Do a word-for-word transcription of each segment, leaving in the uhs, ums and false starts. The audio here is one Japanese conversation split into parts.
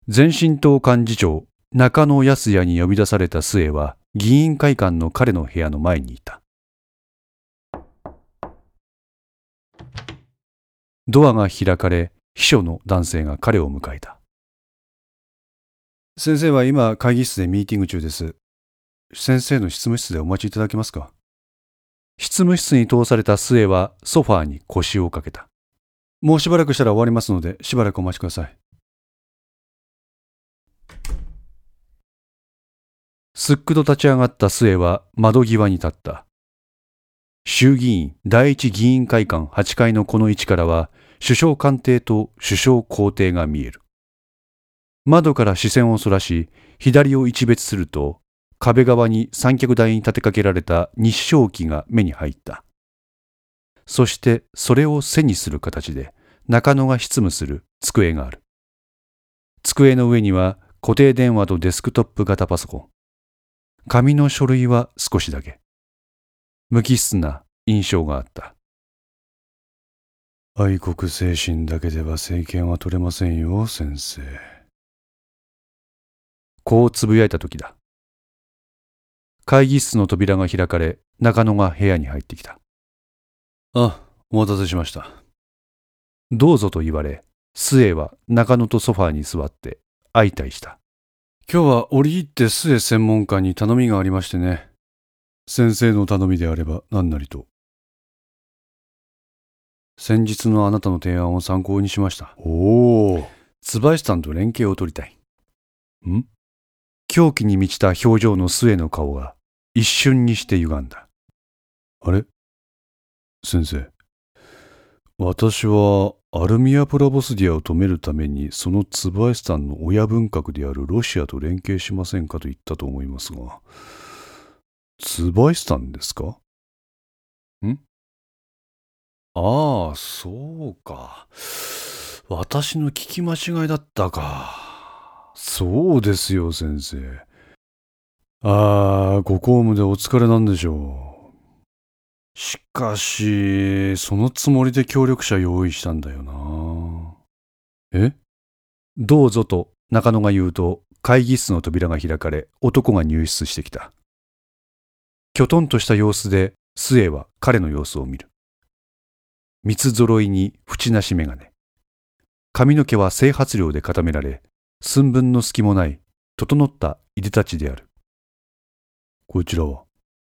前進党幹事長中野康也に呼び出された末は議員会館の彼の部屋の前にいた。ドアが開かれ、秘書の男性が彼を迎えた。先生は今会議室でミーティング中です。先生の執務室でお待ちいただけますか。執務室に通された末はソファーに腰をかけた。もうしばらくしたら終わりますので、しばらくお待ちください。すっくと立ち上がった末は窓際に立った。衆議院第一議員会館はちかいのこの位置からは、首相官邸と首相公邸が見える。窓から視線をそらし、左を一別すると、壁側に三脚台に立てかけられた日章旗が目に入った。そしてそれを背にする形で、中野が執務する机がある。机の上には固定電話とデスクトップ型パソコン。紙の書類は少しだけ。無機質な印象があった。愛国精神だけでは政権は取れませんよ、先生。こうつぶやいた時だ。会議室の扉が開かれ、中野が部屋に入ってきた。あ、お待たせしました。どうぞと言われ、末は中野とソファーに座って相対した。今日は折り入って末専門家に頼みがありましてね。先生の頼みであれば何なりと。先日のあなたの提案を参考にしました。おお。椿さんと連携を取りたい。ん？狂気に満ちた表情の末の顔が一瞬にして歪んだ。あれ？先生。私はアルミア・プラボスディアを止めるためにそのツバイスタンの親分格であるロシアと連携しませんかと言ったと思いますが、ツバイスタンですか？ん？ああ、そうか。私の聞き間違いだったか。そうですよ、先生。ああ、ご公務でお疲れなんでしょう。しかし、そのつもりで協力者用意したんだよな。え？どうぞと中野が言うと、会議室の扉が開かれ、男が入室してきた。きょとんとした様子で、末は彼の様子を見る。三つ揃いに縁なし眼鏡。髪の毛は整髪料で固められ、寸分の隙もない、整ったいでたちである。こちらは？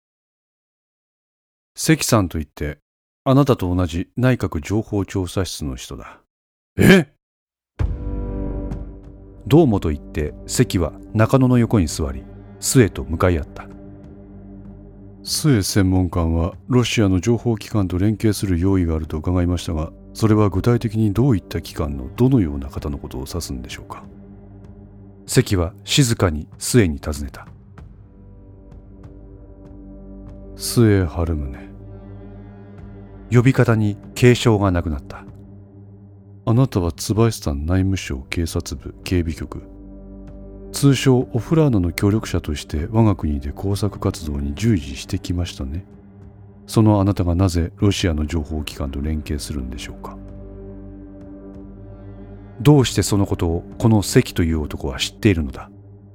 関さんといって、あなたと同じ内閣情報調査室の人だ。え？どうもと言って関は中野の横に座り、末と向かい合った。末専門官はロシアの情報機関と連携する用意があると伺いましたが、それは具体的にどういった機関のどのような方のことを指すんでしょうか。関は静かに末に尋ねた。末春宗。呼び方に警鐘がなくなった。あなたはツバイスタン内務省警察部警備局、通称オフラーナの協力者として我が国で工作活動に従事してきましたね。そのあなたがなぜロシアの情報機関と連携するんでしょうか。どうしてそのことをこの関という男は知っているのだ。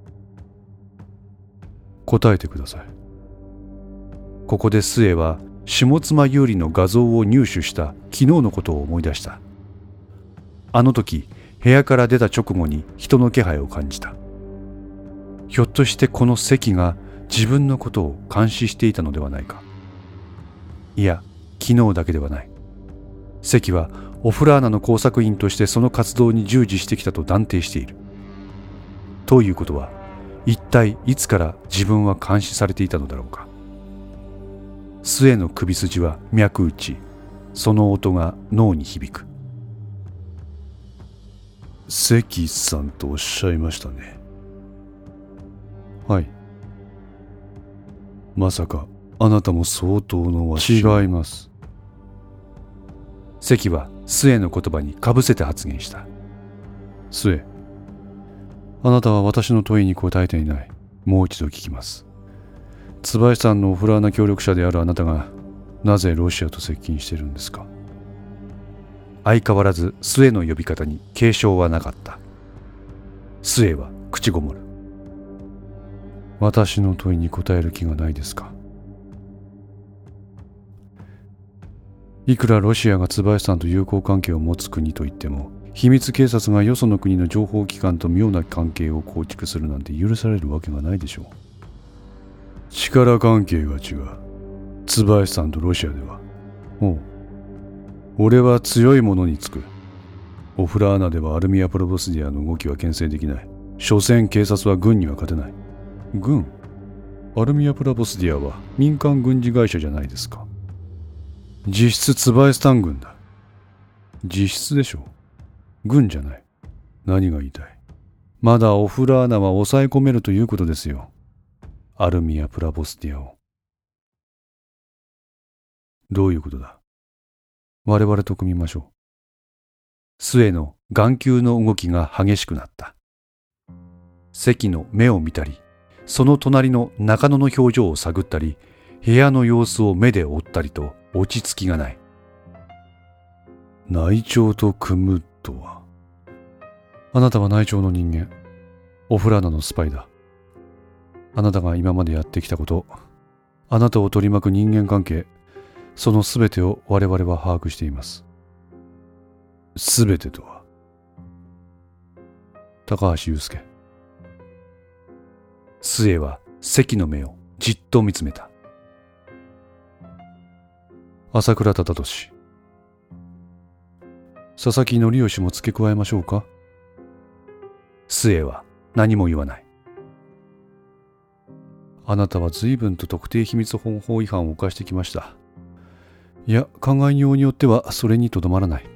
答えてください。ここで末は下妻有利の画像を入手した昨日のことを思い出した。あの時部屋から出た直後に人の気配を感じた。ひょっとしてこの関が自分のことを監視していたのではないか。いや、昨日だけではない。関はオフラーナの工作員としてその活動に従事してきたと断定している。ということは、一体いつから自分は監視されていたのだろうか。末の首筋は脈打ち、その音が脳に響く。関さんとおっしゃいましたね。はい。まさかあなたも相当のわし。違います。関は末の言葉にかぶせて発言した。末、あなたは私の問いに答えていない。もう一度聞きます。椿さんのオフラーナ協力者であるあなたがなぜロシアと接近しているんですか。相変わらず末の呼び方に警鐘はなかった。 末は口ごもる。私の問いに答える気がないですか。いくらロシアが椿さんと友好関係を持つ国といっても、秘密警察がよその国の情報機関と妙な関係を構築するなんて許されるわけがないでしょう。力関係が違う。椿さんとロシアでは。おう。俺は強いものにつく。オフラーナではアルミア・プロボスディアの動きは牽制できない。所詮警察は軍には勝てない。軍？アルミア・プラボスディアは民間軍事会社じゃないですか。実質ツバイスタン軍だ。実質でしょう。軍じゃない。何が言いたい？まだオフラーナは抑え込めるということですよ。アルミア・プラボスディアを。どういうことだ？我々と組みましょう。末の眼球の動きが激しくなった。関の目を見たり、その隣の中野の表情を探ったり、部屋の様子を目で追ったりと落ち着きがない。内調と組むとは。あなたは内調の人間。オフラーナのスパイだ。あなたが今までやってきたこと、あなたを取り巻く人間関係、そのすべてを我々は把握しています。すべてとは。高橋祐介。末は関の目をじっと見つめた。朝倉忠俊。佐々木則義も付け加えましょうか。末は何も言わない。あなたは随分と特定秘密保護法違反を犯してきました。いや、考えようによってはそれにとどまらない。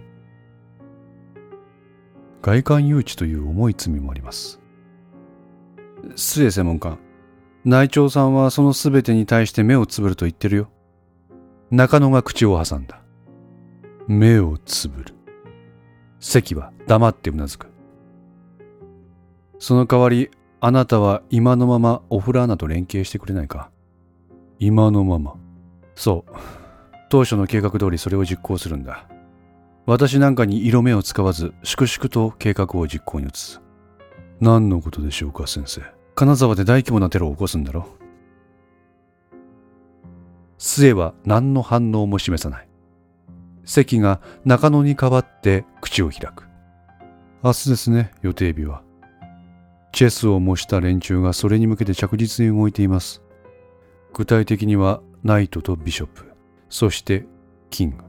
外観誘致という重い罪もあります。末専門官、内調さんはそのすべてに対して目をつぶると言ってるよ。中野が口を挟んだ。目をつぶる。関は黙ってうなずく。その代わり、あなたは今のままオフラーナと連携してくれないか。今のまま。そう。当初の計画通りそれを実行するんだ。私なんかに色目を使わず、粛々と計画を実行に移す。何のことでしょうか、先生。金沢で大規模なテロを起こすんだろ。末は何の反応も示さない。関が中野に代わって口を開く。明日ですね、予定日は。チェスを模した連中がそれに向けて着実に動いています。具体的にはナイトとビショップ、そしてキング。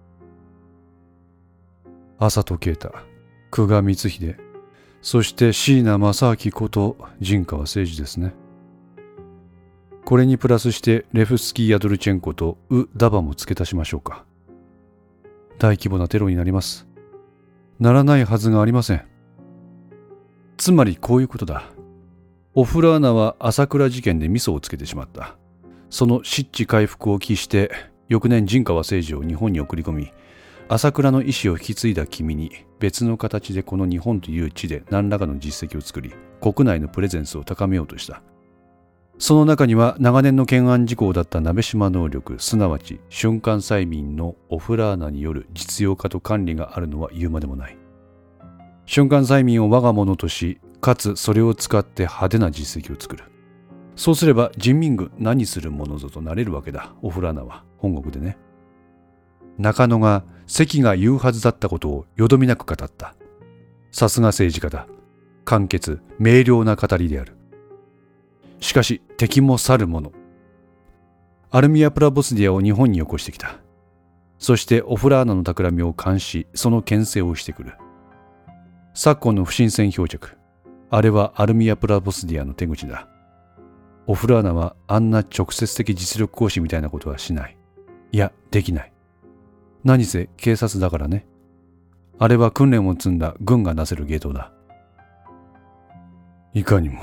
浅戸啓太、久我光秀、そして椎名正明こと陣川誠二ですね。これにプラスしてレフスキー・ヤドルチェンコとウ・ダバも付け足しましょうか。大規模なテロになります。ならないはずがありません。つまりこういうことだ。オフラーナは朝倉事件でミソをつけてしまった。その失地回復を期して翌年陣川誠二を日本に送り込み、朝倉の意思を引き継いだ君に別の形でこの日本という地で何らかの実績を作り、国内のプレゼンスを高めようとした。その中には長年の懸案事項だった鍋島能力、すなわち瞬間催眠のオフラーナによる実用化と管理があるのは言うまでもない。瞬間催眠を我が物とし、かつそれを使って派手な実績を作る。そうすれば人民軍何するものぞとなれるわけだ、オフラーナは本国でね。中野が関が言うはずだったことをよどみなく語った。さすが政治家だ。簡潔、明瞭な語りである。しかし敵も去る者。アルミア・プラボスディアを日本によこしてきた。そしてオフラーナの企みを監視、その牽制をしてくる。昨今の不審船漂着。あれはアルミア・プラボスディアの手口だ。オフラーナはあんな直接的実力行使みたいなことはしない。いや、できない。何せ警察だからね。あれは訓練を積んだ軍がなせる芸当だ。いかにも。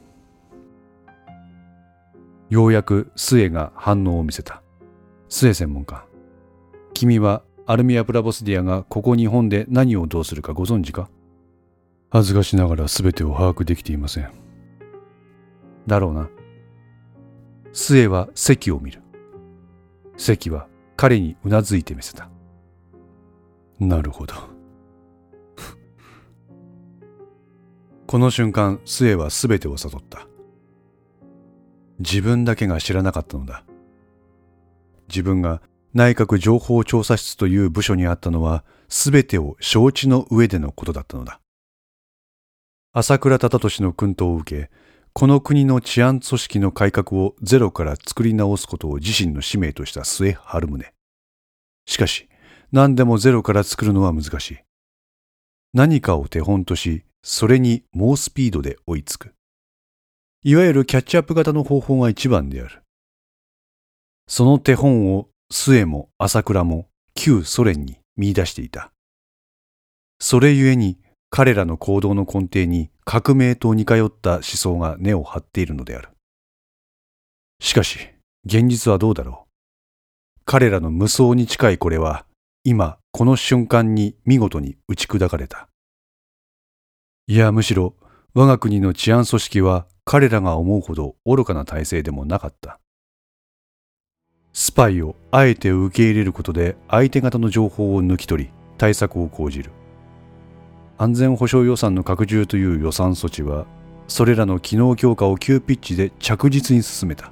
ようやく末が反応を見せた。末専門家。君はアルミア・プラボスディアがここ日本で何をどうするかご存知か？恥ずかしながら全てを把握できていません。だろうな。末は関を見る。関は彼にうなずいてみせた。なるほど。 この瞬間、末はすべてを悟った。自分だけが知らなかったのだ。自分が内閣情報調査室という部署にあったのは、すべてを承知の上でのことだったのだ。朝倉忠俊の薫陶を受け、この国の治安組織の改革をゼロから作り直すことを自身の使命とした末春宗。しかし、何でもゼロから作るのは難しい。何かを手本とし、それに猛スピードで追いつく。いわゆるキャッチアップ型の方法が一番である。その手本を末も朝倉も旧ソ連に見出していた。それゆえに彼らの行動の根底に革命と似通った思想が根を張っているのである。しかし、現実はどうだろう。彼らの無双に近いこれは、今この瞬間に見事に打ち砕かれた。いや、むしろ我が国の治安組織は彼らが思うほど愚かな体制でもなかった。スパイをあえて受け入れることで相手方の情報を抜き取り対策を講じる。安全保障予算の拡充という予算措置は、それらの機能強化を急ピッチで着実に進めた。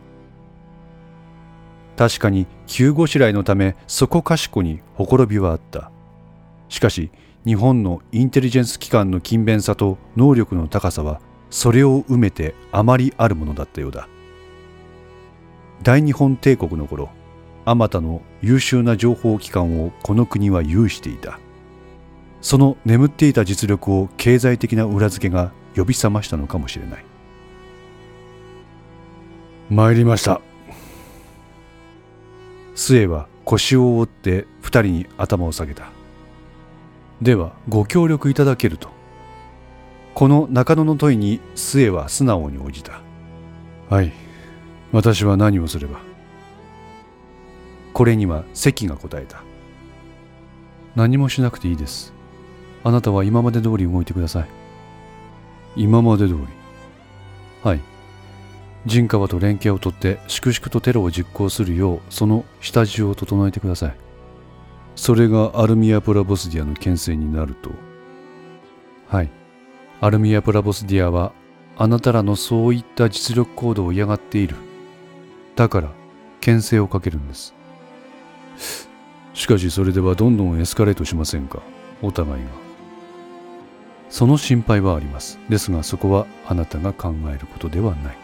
確かに急ごしらえのためそこかしこにほころびはあった。しかし日本のインテリジェンス機関の勤勉さと能力の高さはそれを埋めてあまりあるものだったようだ。大日本帝国の頃、あまたの優秀な情報機関をこの国は有していた。その眠っていた実力を経済的な裏付けが呼び覚ましたのかもしれない。参りました。末は腰を折って二人に頭を下げた。ではご協力いただけると。この中野の問いに末は素直に応じた。はい、私は何をすれば。これには関が答えた。何もしなくていいです。あなたは今まで通り動いてください。今まで通り。はい。陣川と連携を取って粛々とテロを実行するようその下地を整えてください。それがアルミア・プラボスディアの牽制になると。はい。アルミア・プラボスディアはあなたらのそういった実力行動を嫌がっている。だから牽制をかけるんです。しかしそれではどんどんエスカレートしませんか、お互いが。その心配はあります。ですがそこはあなたが考えることではない。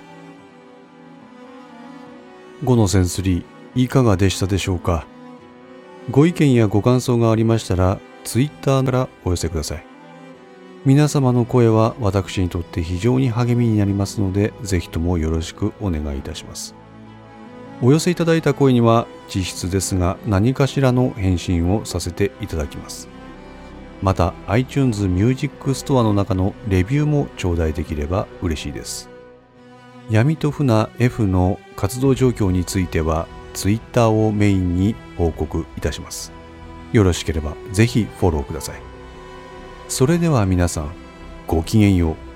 ごのセンスリーいかがでしたでしょうか。ご意見やご感想がありましたらツイッターからお寄せください。皆様の声は私にとって非常に励みになりますので、ぜひともよろしくお願いいたします。お寄せいただいた声には実質ですが何かしらの返信をさせていただきます。また iTunes Music Store の中のレビューも頂戴できれば嬉しいです。闇と船 F の活動状況については Twitter をメインに報告いたします。よろしければぜひフォローください。それでは皆さん、ごきげんよう。